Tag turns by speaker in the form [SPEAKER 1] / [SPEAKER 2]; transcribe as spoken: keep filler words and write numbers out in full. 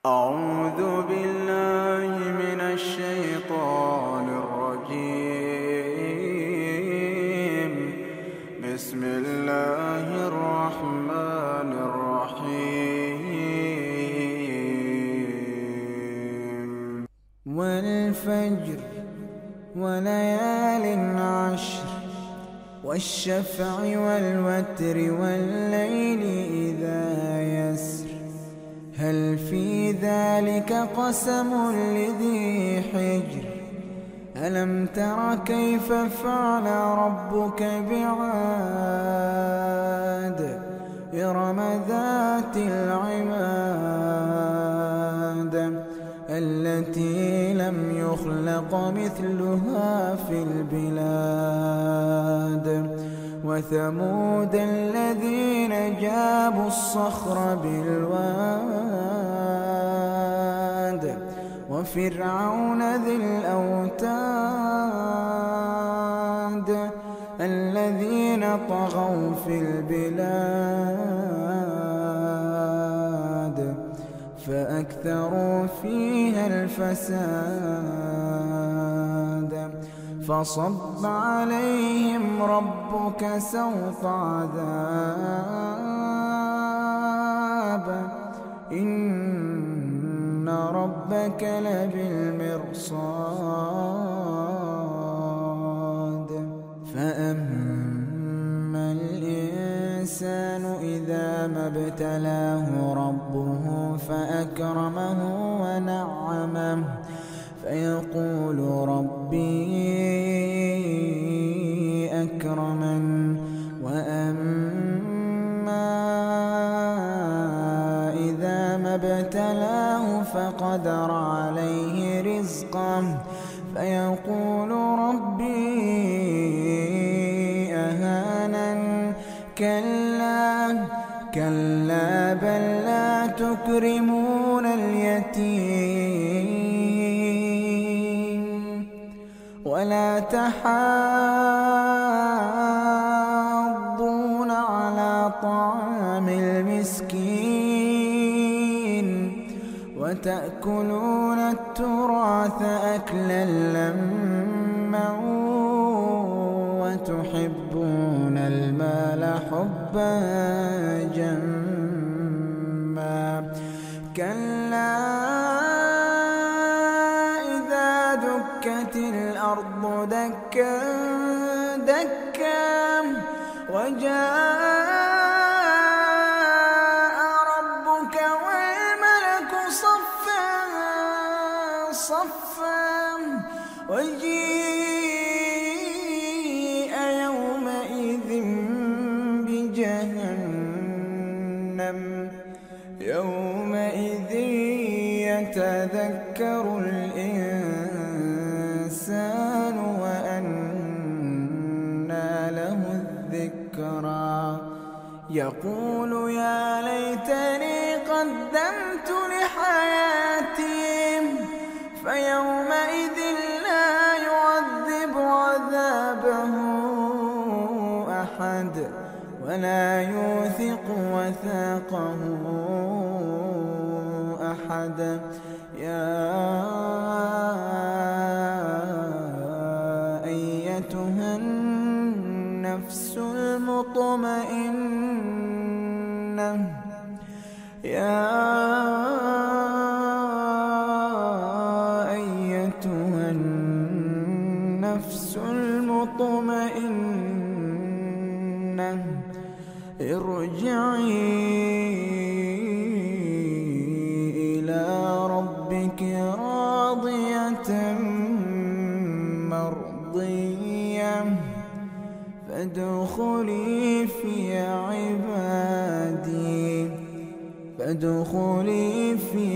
[SPEAKER 1] أعوذ بالله من الشيطان الرجيم. بسم الله الرحمن الرحيم.
[SPEAKER 2] والفجر وليال عشر والشفع والوتر والليل إذا يسر هل في ذلك قسم لذي حجر ألم تر كيف فعل ربك بعاد إرم ذات العماد التي لم يخلق مثلها في البلاد وثمود الذين جابوا الصخر بالواد وفرعون ذي الأوتاد الذين طغوا في البلاد فأكثروا فيها الفساد فصب عليهم ربك سوط عذاب إن ربك لبالمرصاد فأما الإنسان إذا ما ابتلاه ربه فأكرمه ونعمه فيقول ربي أكرمن وأما إذا ما ابتلاه فقدر عليه رزقه فيقول ربي أهانن كلا كلا بل لا تكرمون اليتيم ولا تحاضون على طعام المسكين وتأكلون التراث أكلا لما وتحبون المال حبا جما كلا إذا دكت الأرض دكا دكا وجاء ربك والملك صفا صفا وجيء يومئذ بجهنم يومئذ يتذكر الإنسان وأنى له الذكرى يقول يا ليتني قدمت لحياتي فيومئذ لا يعذب عذابه أحد ولا يوثق وثاقه أحد يا أيتها النفس المطمئنة يا أيتها النفس المطمئنة ارجعي إلى ربك راضية مرضية فادخلي في عبادي فادخلي في